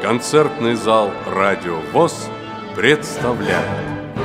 Концертный зал «Радио ВОС» представляет.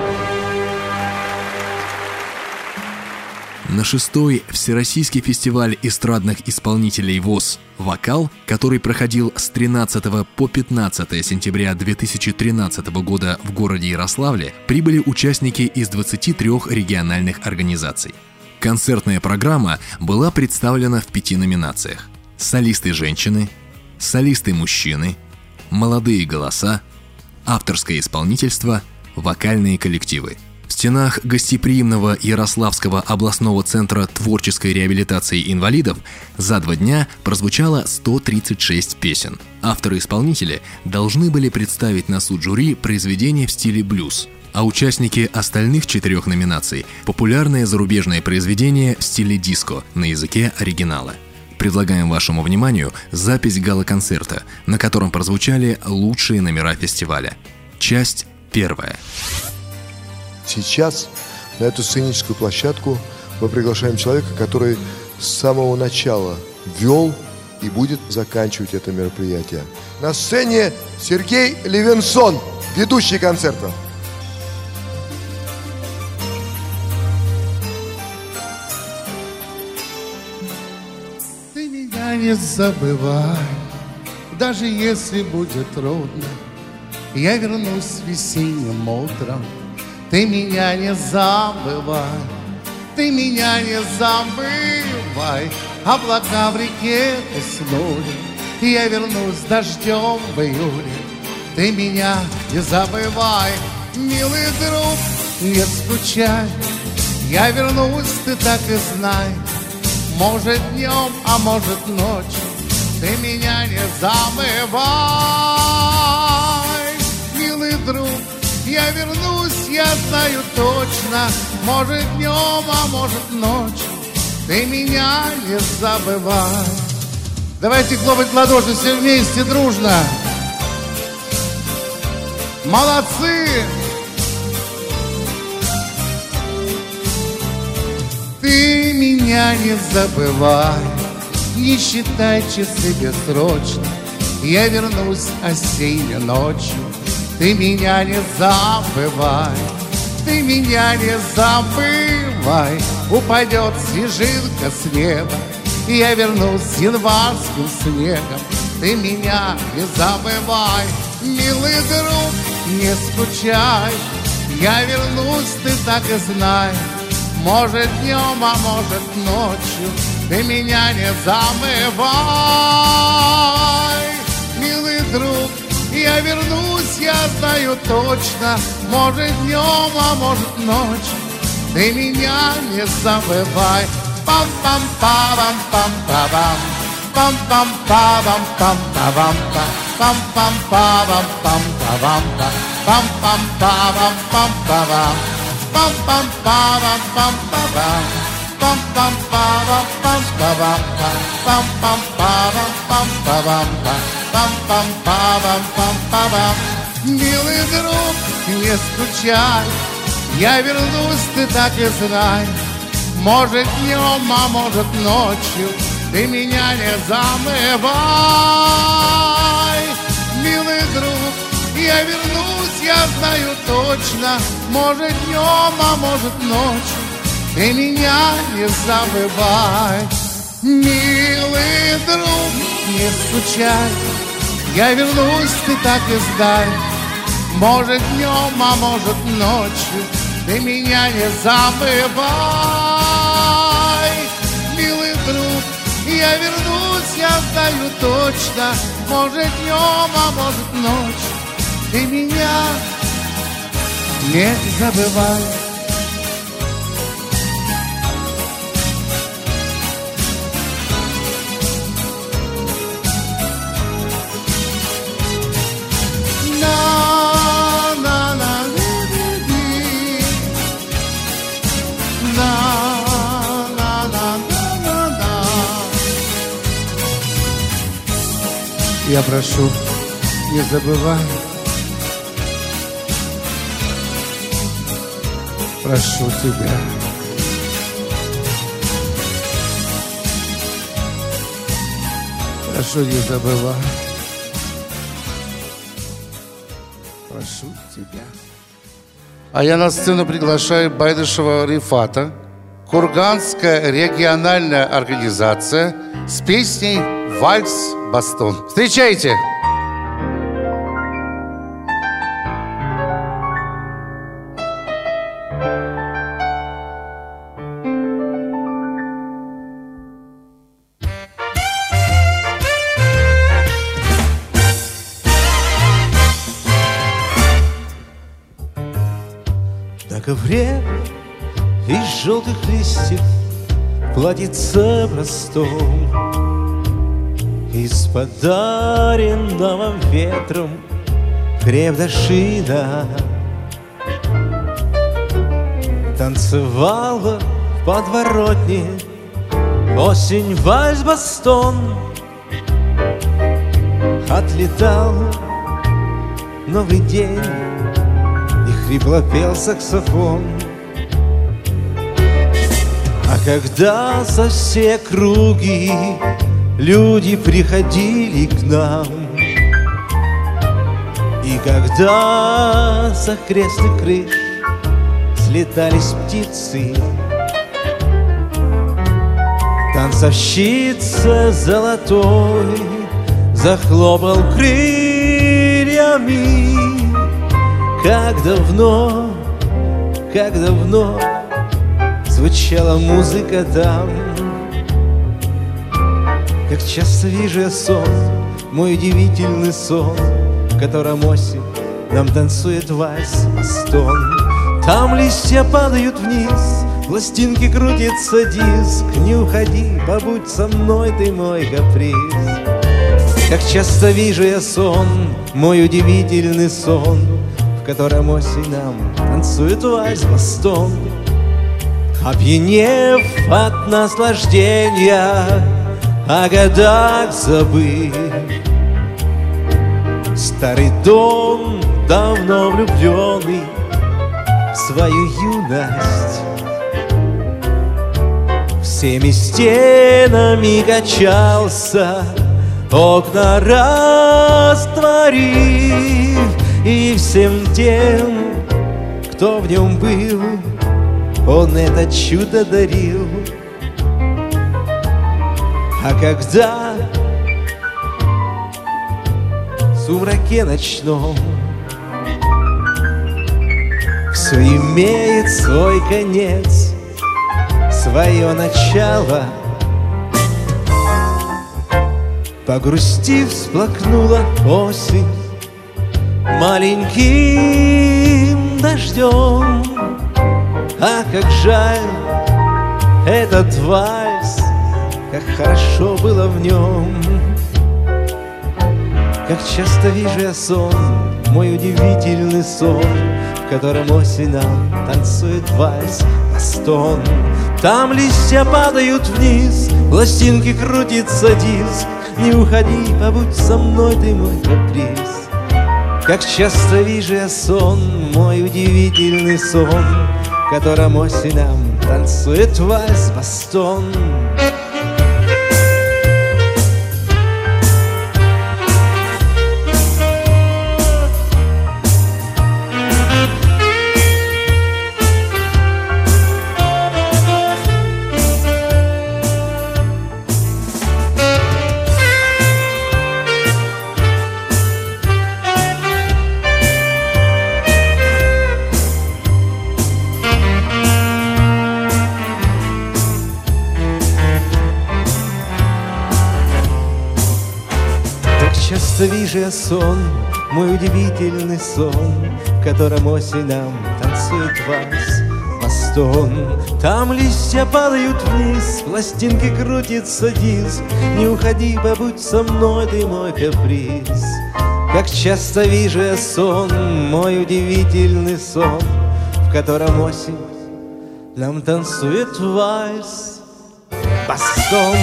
На 6-й Всероссийский фестиваль эстрадных исполнителей ВОС «Вокал», который проходил с 13 по 15 сентября 2013 года в городе Ярославле, прибыли участники из 23 региональных организаций. Концертная программа была представлена в 5 номинациях: солисты женщины, солисты мужчины, молодые голоса, авторское исполнительство, вокальные коллективы. В стенах гостеприимного Ярославского областного центра творческой реабилитации инвалидов за 2 дня прозвучало 136 песен. Авторы-исполнители должны были представить на суд жюри произведения в стиле блюз, а участники остальных 4 номинаций – популярные зарубежные произведения в стиле диско на языке оригинала. Предлагаем вашему вниманию запись гала-концерта, на котором прозвучали лучшие номера фестиваля. Часть 1. Сейчас на эту сценическую площадку мы приглашаем человека, который с самого начала вел и будет заканчивать это мероприятие. На сцене Сергей Левинсон, ведущий концерта. Ты меня не забывай, даже если будет трудно, я вернусь весенним утром. Ты меня не забывай, ты меня не забывай. Облака в реке уснули, я вернусь дождем в июле. Ты меня не забывай, милый друг, не скучай. Я вернусь, ты так и знай. Может днем, а может ночью, ты меня не забывай, милый друг. Я вернусь, я знаю точно. Может днем, а может ночью, ты меня не забывай. Давайте хлопать в ладоши все вместе, дружно. Молодцы! Ты меня не забывай, не считай часы бессрочно. Я вернусь осенней ночью. Ты меня не забывай, ты меня не забывай. Упадет снежинка с неба, и я вернусь с январским снегом. Ты меня не забывай, милый друг, не скучай. Я вернусь, ты так и знай. Может днем, а может ночью, ты меня не забывай, милый друг. Я вернусь, я знаю точно. Может днем, а может ночью, ты меня не забывай. Пам-пам-пам-пам-пам-пам, пам-пам-пам-пам-пам-пам, пам-пам-пам-пам-пам-пам, пам-пам-пам-пам-пам-пам, пам-пам-пам-пам-пам-пам, пам-пам-пам-пам-пам-пам, пам-пам-пам-пам-пам-пам. Пам-пам-пам-пам-пам. Милый друг, не скучай. Я вернусь, ты так и знай. Может днем, а может ночью, ты меня не забывай, милый друг. Я вернусь, я знаю точно. Может днем, а может ночью, ты меня не забывай, милый друг, не скучай. Я вернусь, ты так и знай. Может днем, а может ночью, ты меня не забывай, милый друг. Я вернусь, я знаю точно. Может днем, а может ночью, ты меня не забывай. Я прошу, не забывай. Прошу тебя. Прошу, не забывай. прошу тебя. А я на сцену приглашаю Байдышева Рифата, Курганская региональная организация с песней «Вальс-Бастон». Встречайте! На ковре из желтых листьев платится простом, из подаренного ветром крепдашина танцевала в подворотне осень вальс-бастон. Отлетал новый день, и хрипло пел саксофон. А когда со всей округи люди приходили к нам, и когда с окрестных крыш слетались птицы, танцовщица золотой захлопал крыльями. Как давно звучала музыка там. Как часто вижу я сон, мой удивительный сон, в котором осень нам танцует вальс-бастон. Там листья падают вниз, пластинки крутится диск. Не уходи, побудь со мной, ты мой каприз. Как часто вижу я сон, мой удивительный сон, в котором осень нам танцует вальс-бастон. Опьянев от наслаждения, о годах забыв, старый дом, давно влюбленный в свою юность, всеми стенами качался, окна растворив, и всем тем, кто в нем был, он это чудо дарил. А когда в сумраке ночном все имеет свой конец, свое начало, погрустив, всплакнула осень маленьким дождем. А как жаль этот вальс, как хорошо было в нем. Как часто вижу я сон, мой удивительный сон, в котором осень нам танцует вальс-бастон. Там листья падают вниз, пластинки крутится диск. Не уходи, побудь со мной, ты мой каприз. Как часто вижу я сон, мой удивительный сон, в котором осень нам танцует вальс-бастон. Часто вижу я сон, мой удивительный сон, в котором осень нам танцует вальс-бастон. Там листья падают вниз, пластинки крутится диск. Не уходи, побудь со мной, ты мой каприз. Как часто вижу я сон, мой удивительный сон, в котором осень нам танцует вальс-бастон.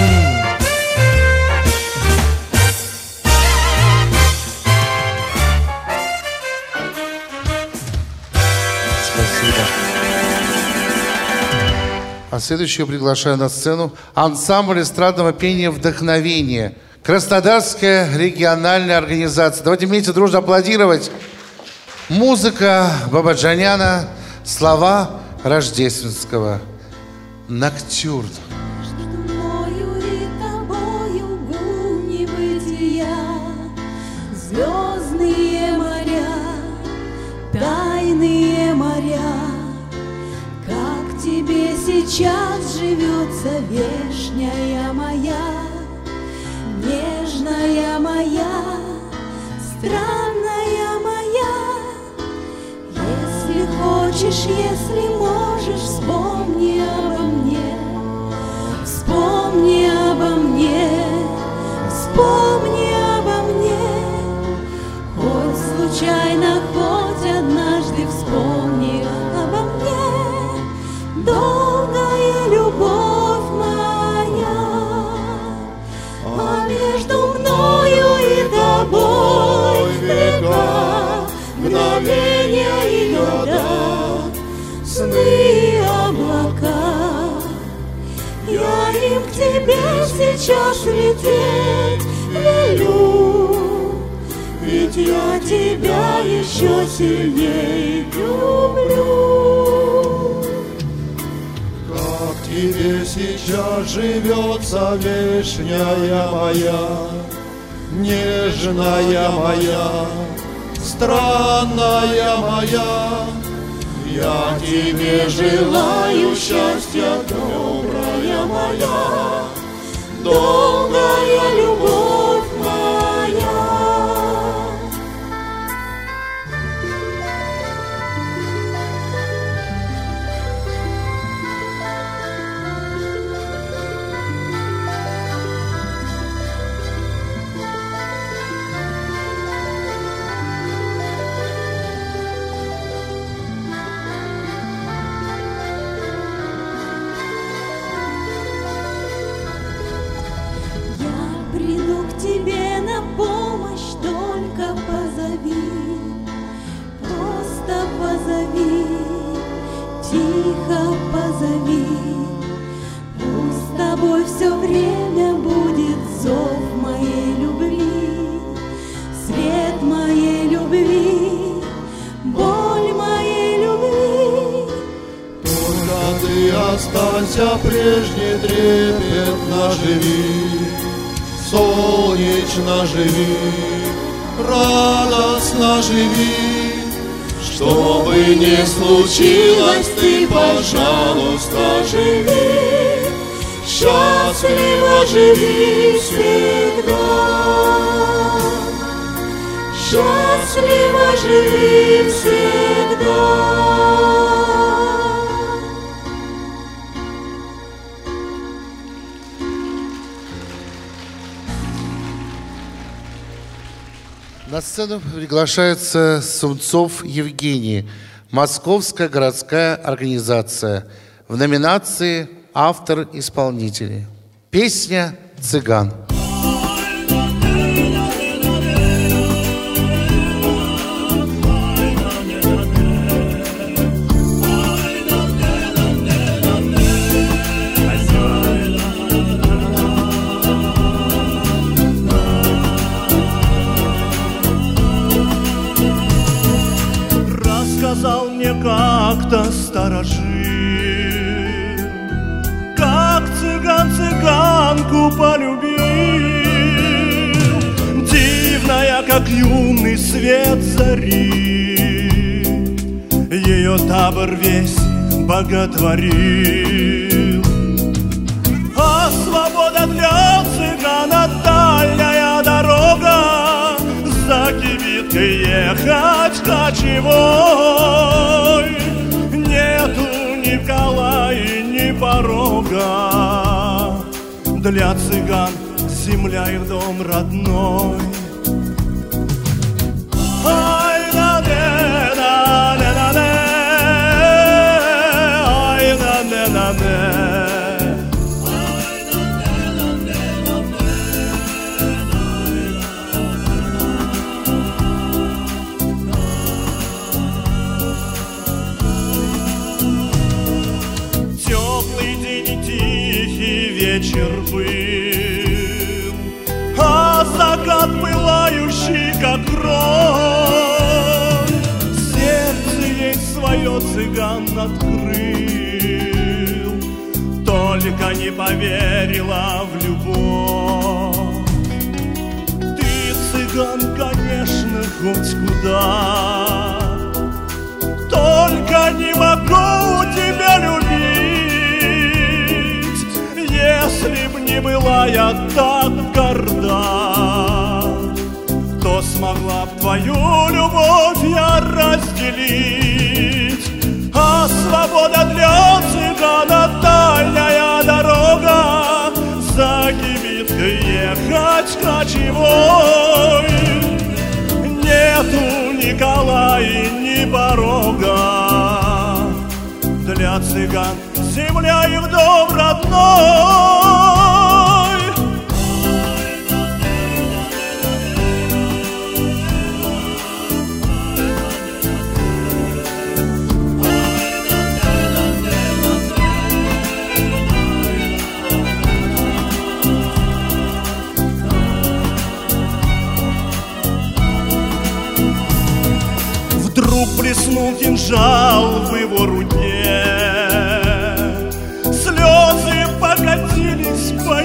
А следующего приглашаю на сцену ансамбль эстрадного пения Музыка Бабаджаняна, слова рождественского «Ноктюрн». Между мною и тобою гул небытия, звездные моря, тайные моря. Как тебе сейчас живется, вешняя моя, нежная моя, странная моя. Если хочешь, если можешь, вспомни обо мне, вспомни обо мне, вспомни обо мне. Хоть случайно, хоть однажды вспомни обо мне. Долгая любовь моя, а между мною и тобой века, мгновения и года, сны и облака. Я им к тебе сейчас лететь велю, ведь я тебя еще сильнее люблю. Как тебе сейчас живется, вешняя моя, нежная моя, странная моя. Я тебе желаю счастья, добрая моя, долгая любовь моя. Приду к тебе на помощь, только позови, просто позови, тихо позови. Пусть с тобой все время будет зов моей любви, свет моей любви, боль моей любви. только ты останься прежний, трепетно живи, солнечно живи, радостно живи. Что бы ни случилось, ты, пожалуйста, живи, счастливо живи всегда, счастливо живи всегда. На сцену приглашается Сумцов Евгений, Московская городская организация, в номинации «Автор-исполнитель». Песня «Цыган». Сказал мне как-то старожил, как цыган цыганку полюбил. Дивная, как юный свет зари, ее табор весь боготворил. А свобода для цыгана дальняя дорога, за кибиткой ехать кочевой. Нету ни кола и ни порога, для цыган земля их дом родной. Вечер был, а закат пылающий, как кровь. ее цыган открыл, только не поверила в любовь. Ты, цыган, конечно, хоть куда, только не могу тебя любить. Если б не была я так горда, то смогла б твою любовь я разделить. А свобода для цыгана дальняя дорога, за кибиткой ехать кочевой. Нету ни кола и ни порога, для цыган земля их дом родной. Вдруг блеснул кинжал в его руке, слезы покатились по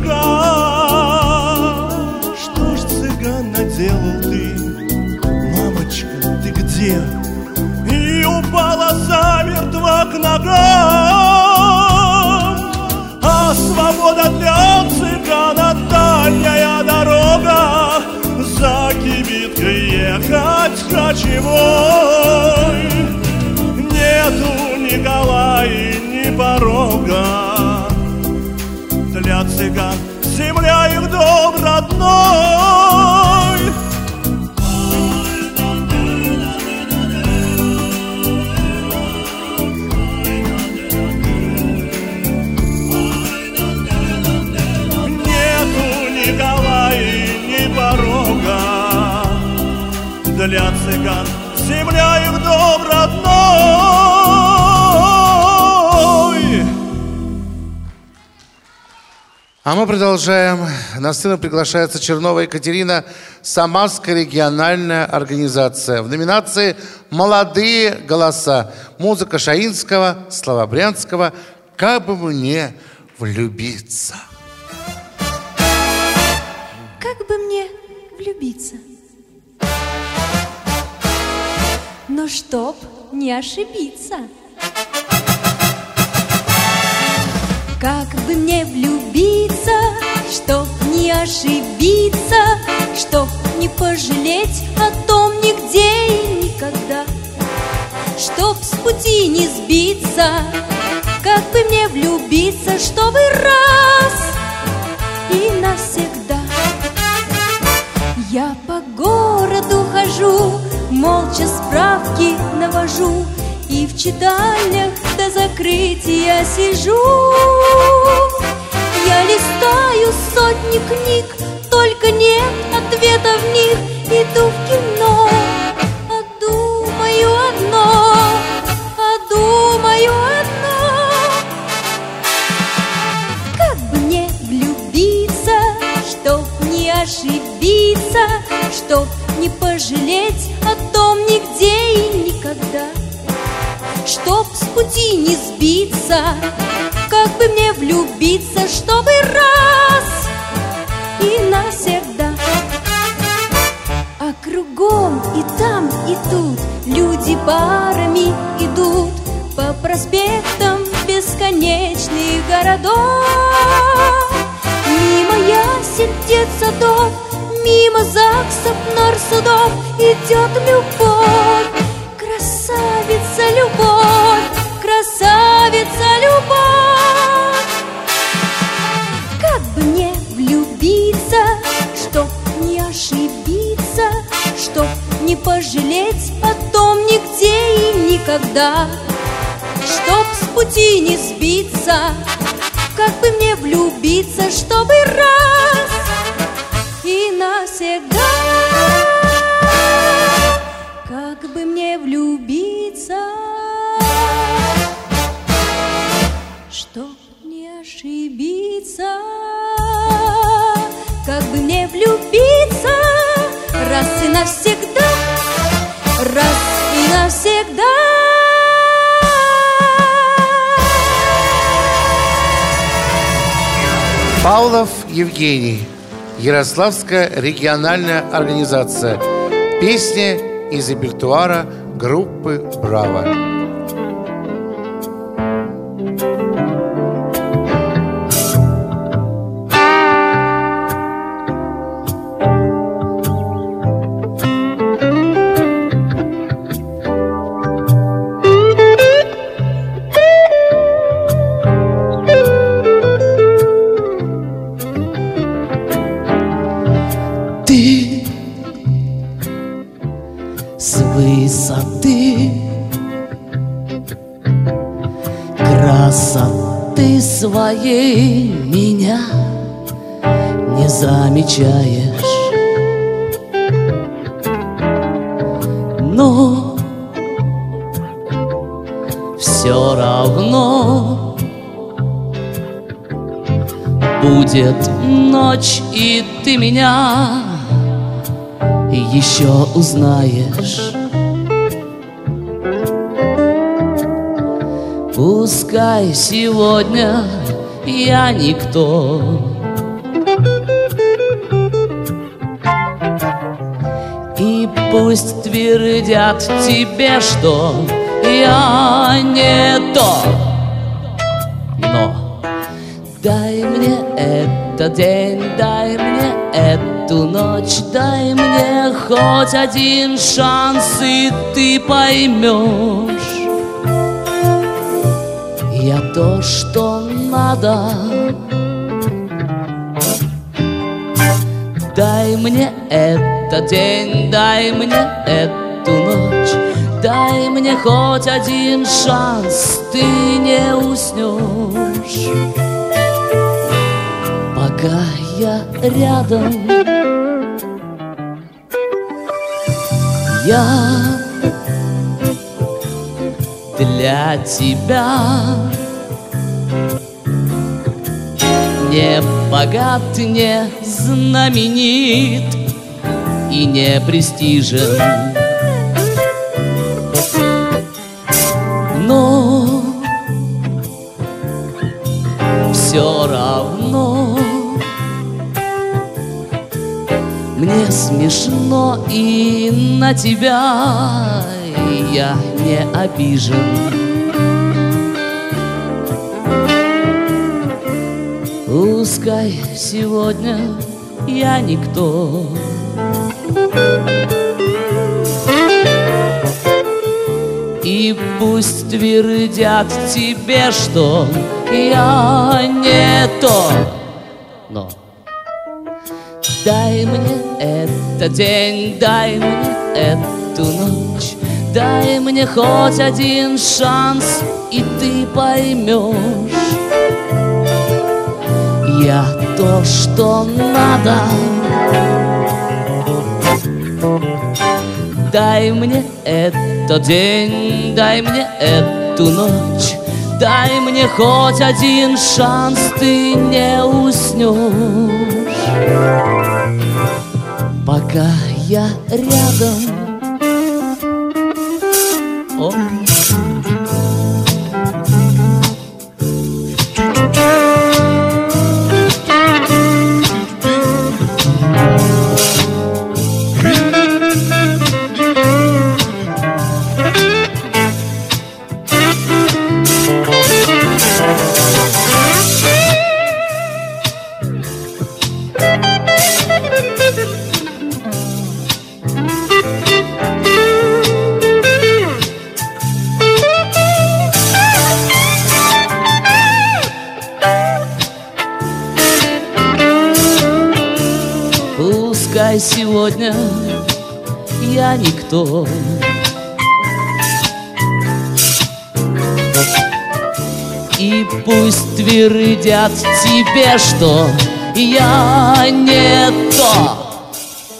щекам. Что ж, цыган, наделал ты, мамочка, ты где? И упала замертво к ногам. А свобода для цыгана дальняя дорога, за кибиткой ехать кочевой. Нету ни кола и ни порога, для цыган земля их дом родной. Нету ни кола и ни порога, для цыган земля их дом родной. А мы продолжаем. На сцену приглашается Чернова Екатерина, Самарская региональная организация. В номинации «Молодые голоса». Музыка Шаинского, слова Брянского. «Как бы мне влюбиться». Как бы мне влюбиться, но чтоб не ошибиться. Как бы мне влюбиться, чтоб не ошибиться, чтоб не пожалеть о том нигде и никогда, чтоб с пути не сбиться. Как бы мне влюбиться, чтобы раз и навсегда. Я по городу хожу, молча справки навожу, и в читальнях до закрытия сижу. Я листаю сотни книг, только нет ответа в них. Иду в кино, а думаю одно, как бы мне влюбиться, чтоб не ошибиться, чтоб не пожалеть о том нигде и никогда, чтоб с пути не сбиться. Как бы мне влюбиться, чтобы раз и навсегда. А кругом и там, и тут люди парами идут по проспектам бесконечных городов. Мимо ясен детсадов, мимо ЗАГСов, нарсудов идет любовь. Красавица любовь, красавица любовь. Как бы мне влюбиться, чтоб не ошибиться, чтоб не пожалеть о том нигде и никогда, чтоб с пути не сбиться. Как бы мне влюбиться, чтобы раз и навсегда. Как бы мне влюбиться, чтоб не ошибиться. Как бы мне влюбиться, раз и навсегда, раз и навсегда. Павлов Евгений, Ярославская региональная организация. Песня из репертуара группы «Браво». С высоты красоты своей меня не замечаешь, но все равно будет ночь, и ты меня еще узнаешь. Пускай сегодня я никто, и пусть твердят тебе, что я не то, но дай мне этот день, дай мне эту ночь, дай мне хоть один шанс, и ты поймешь, я то, что надо. Дай мне этот день, дай мне эту ночь, дай мне хоть один шанс, ты не уснешь, пока я рядом. Я для тебя не богат, не знаменит и не престижен, но все равно мне смешно, и на тебя я не обижен. Пускай сегодня я никто, и пусть твердят тебе, что я не то, но дай мне этот день, дай мне эту ночь, дай мне хоть один шанс, и ты поймешь, я то, что надо. Дай мне этот день, дай мне эту ночь, дай мне хоть один шанс, ты не уснешь, пока я рядом. О. Пускай сегодня я никто, и пусть твердят тебе, что я не то.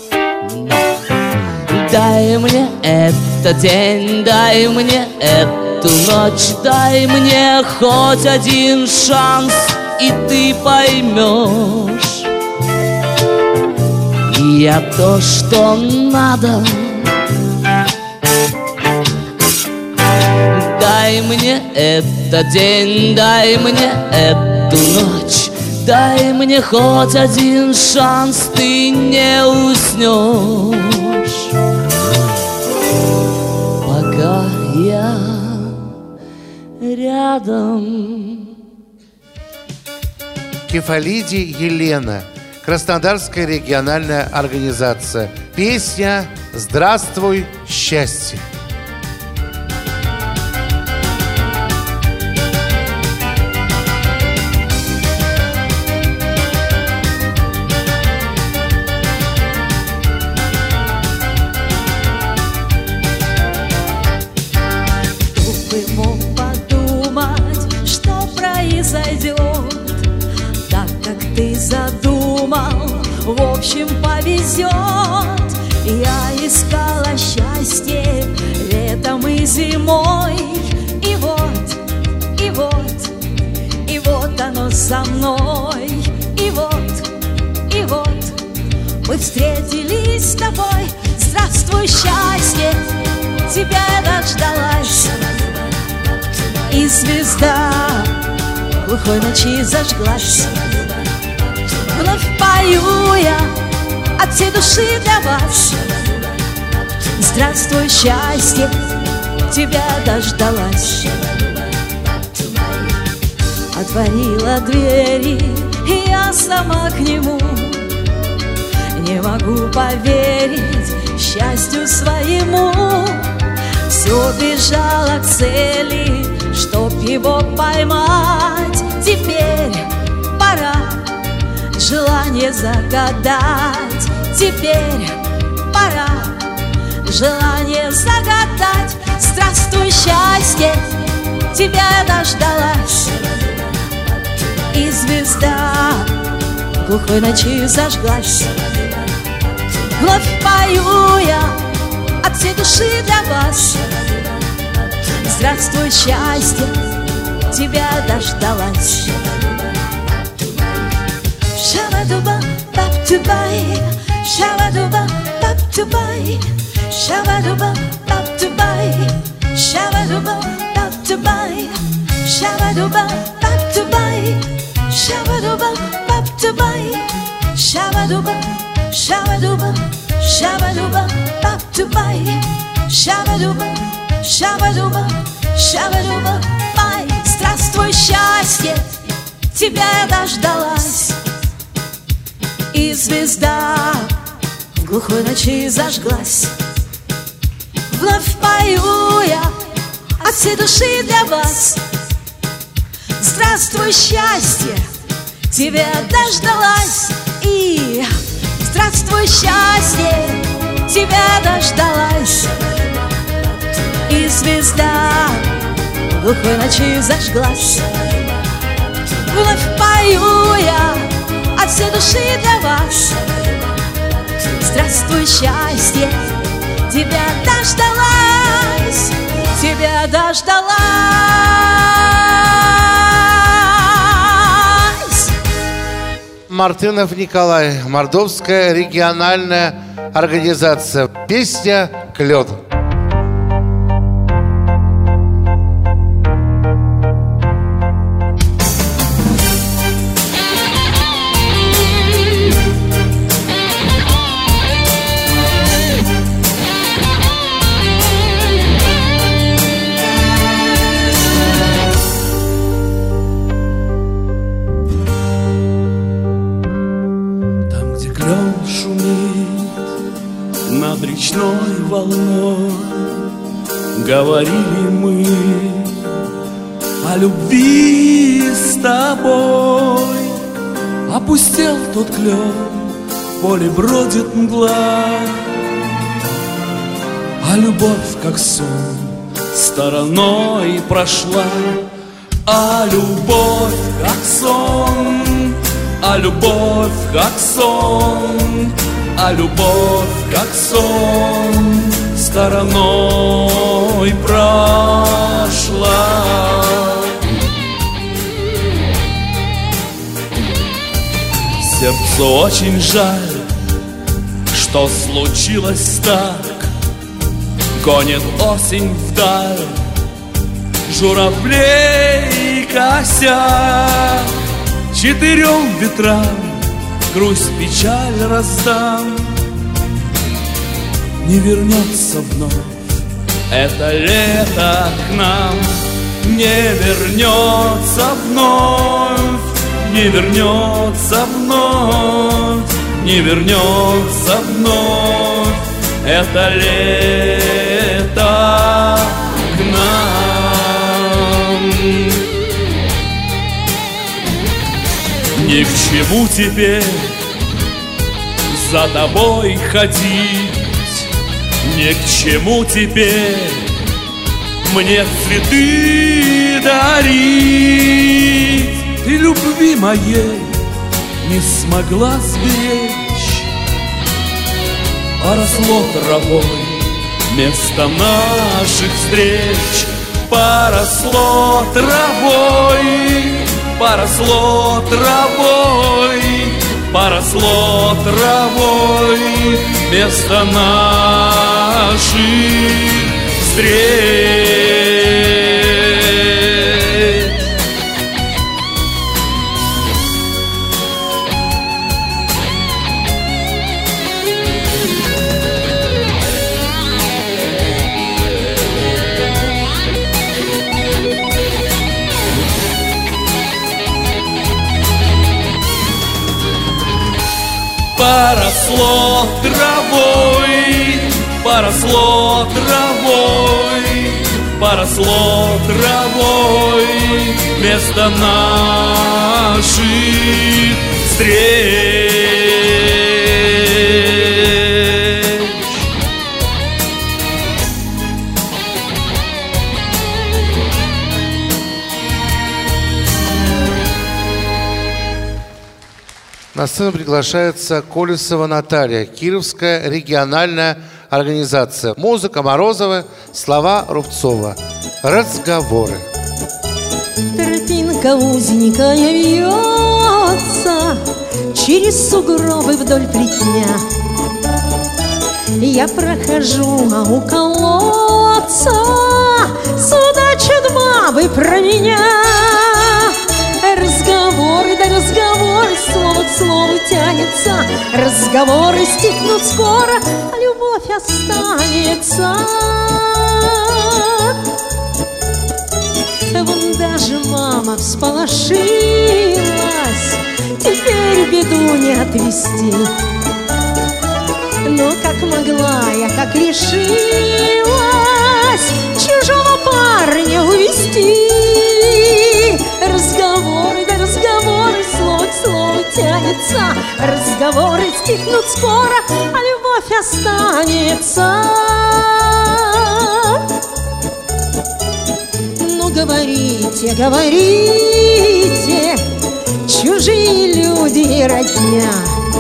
Дай мне этот день, дай мне эту ночь, дай мне хоть один шанс, и ты поймешь, я то, что надо. Дай мне этот день, дай мне эту ночь, дай мне хоть один шанс, ты не уснешь, пока я рядом. Кефалиди Елена, Краснодарская региональная организация. Песня «Здравствуй, счастье». В общем, повезет. Я искала счастье летом и зимой, и вот, и вот, и вот оно со мной, и вот, и вот мы встретились с тобой. Здравствуй, счастье, тебя я дождалась, и звезда в глухой ночи зажглась. Вновь пою я от всей души для вас. Здравствуй, счастье, тебя дождалась. Отворила двери, и я сама к нему. Не могу поверить счастью своему. Все бежала к цели, чтоб его поймать. Теперь пора желание загадать. Теперь пора желание загадать. Здравствуй, счастье, тебя я дождалась, и звезда в глухой ночи зажглась. Вновь пою я от всей души для вас. Здравствуй, счастье, тебя дождалась. Shabba-dubba, bap-to-bye, shabba-dubba, bap-to-bye, shabba-dubba, bap-to-bye, shabba-dubba, bap-to-bye, shabba-dubba, bap-to-bye, shabba-dubba, bap-to-bye, shabba-dubba, shabba-dubba, shabba-dubba, bap-to-bye, shabba-dubba, shabba-dubba, shabba-dubba, bye. Здравствуй, счастье, тебя я дождалась, и звезда в глухой ночи зажглась. Вновь пою я от всей души для вас. Здравствуй, счастье, тебя дождалась, и здравствуй, счастье, тебя дождалась, и звезда в глухой ночи зажглась. Вновь пою я от всей души для вас. Здравствуй, счастье, тебя дождалась, тебя дождалась. Мартынов Николай, Мордовская региональная организация. Песня «Клён». Над речной волной говорили мы о любви с тобой. Опустел тот клен, в поле бродит мгла, а любовь, как сон, стороной прошла. А любовь, как сон, а любовь, как сон, а любовь, как сон, стороной прошла. Сердцу очень жаль, что случилось так. Гонит осень вдаль журавлей кося. четырем ветрам грусть, печаль раздам. Не вернется вновь это лето к нам, не вернется вновь, не вернется вновь, не вернется вновь это лето к нам. Ни к чему теперь за тобой ходить, ни к чему теперь мне цветы дарить. Ты любви моей не смогла сберечь, поросло травой место наших встреч, поросло травой, поросло травой, поросло травой место наших встреч. Поросло травой, поросло травой, поросло травой место наших встреч. На сцену приглашается Колесова Наталья, Кировская региональная организация. Музыка Морозова, слова Рубцова. Разговоры. Тропинка узенькая вьется через сугробы вдоль плетня. Я прохожу, а у колодца судачат бабы про меня. Разговоры, да разговоры, слово к слову тянется. Разговоры стихнут скоро, а любовь останется. Вон даже мама всполошилась, теперь беду не отвести. Но как могла я, как решилась чужого парня увести. Разговоры, да разговоры, слово к слову тянется. Разговоры стихнут скоро, а любовь останется. Ну говорите, говорите, чужие люди и родня.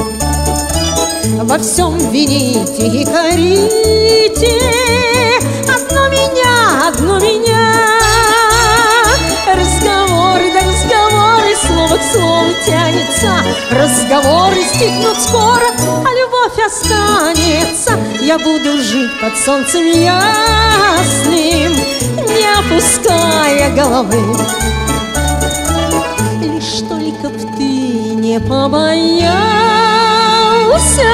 Во всем вините и корите одну меня, одну меня. Разговоры, да разговоры, слово к слову тянется. Разговоры стихнут скоро, а любовь останется. Я буду жить под солнцем ясным, не опуская головы. Лишь только б ты не побоялся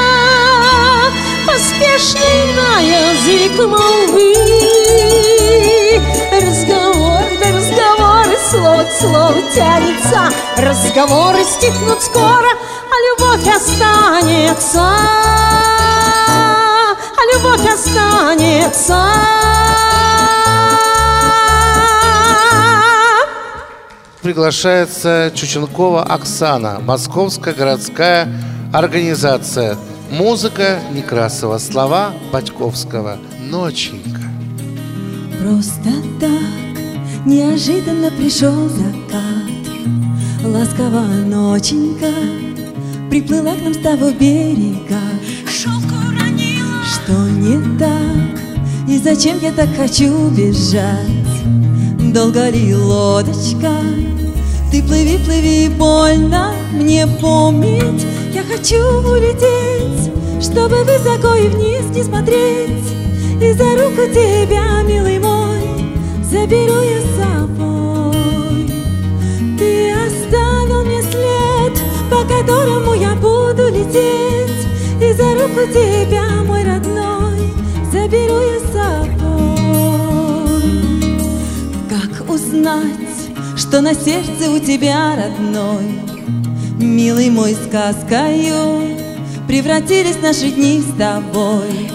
поспешный на язык молвы. Разговоры, да разговоры, слово к слову тянется. Разговоры стихнут скоро, а любовь останется. А любовь останется. Приглашается Чученкова Оксана, Московская городская организация. Музыка Некрасова, слова Батьковского. Ноченька. Просто так неожиданно пришел закат. Ласковая ноченька приплыла к нам с того берега. Шелку уронила. Что не так? И зачем я так хочу бежать? Долго ли лодочка? Ты плыви, плыви, больно мне помнить. Я хочу улететь, чтобы высоко и вниз не смотреть. И за руку тебя, милый мой, заберу я с собой. Ты оставил мне улететь, и за руку тебя, мой родной, заберу я с собой. Как узнать, что на сердце у тебя, родной, милый мой, сказкою превратились наши дни с тобой.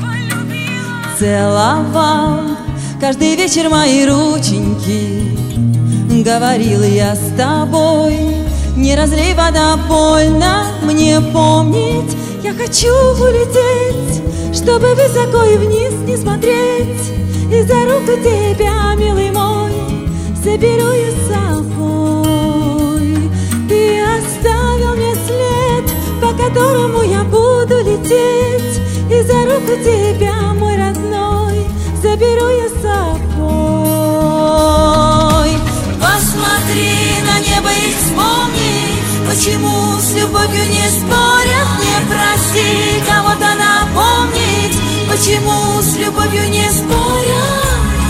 Целовал каждый вечер мои рученьки, говорил я с тобой. Не разлей вода, больно мне помнить. Я хочу улететь, чтобы высоко и вниз не смотреть, и за руку тебя, милый мой, заберу я с собой. Ты оставил мне след, по которому я буду лететь, и за руку тебя, мой родной, заберу я с собой. Посмотри на небо и вспомни, почему с любовью не спорят. Не проси кого-то напомнить, почему с любовью не спорят.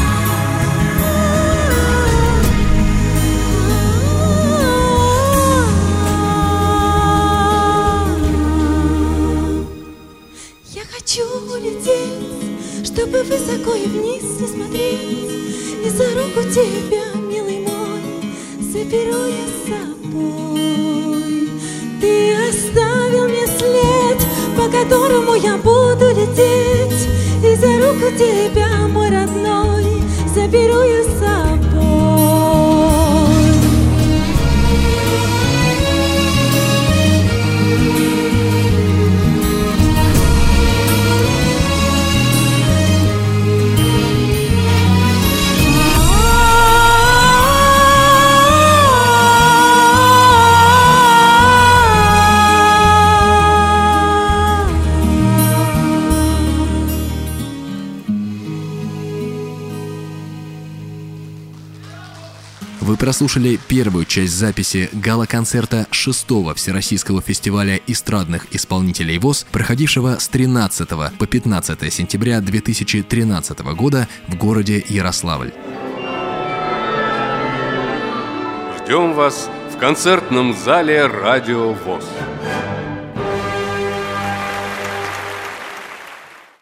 Я хочу улететь, чтобы высоко и вниз не смотреть, и за руку тебя, милый мой, заберу я с собой. Ты оставил мне след, по которому я буду лететь, и за руку тебя, мой родной, заберу я с собой. Вы прослушали первую часть записи гала-концерта 6-го Всероссийского фестиваля эстрадных исполнителей ВОС, проходившего с 13 по 15 сентября 2013 года в городе Ярославль. Ждем вас в концертном зале «Радио ВОС».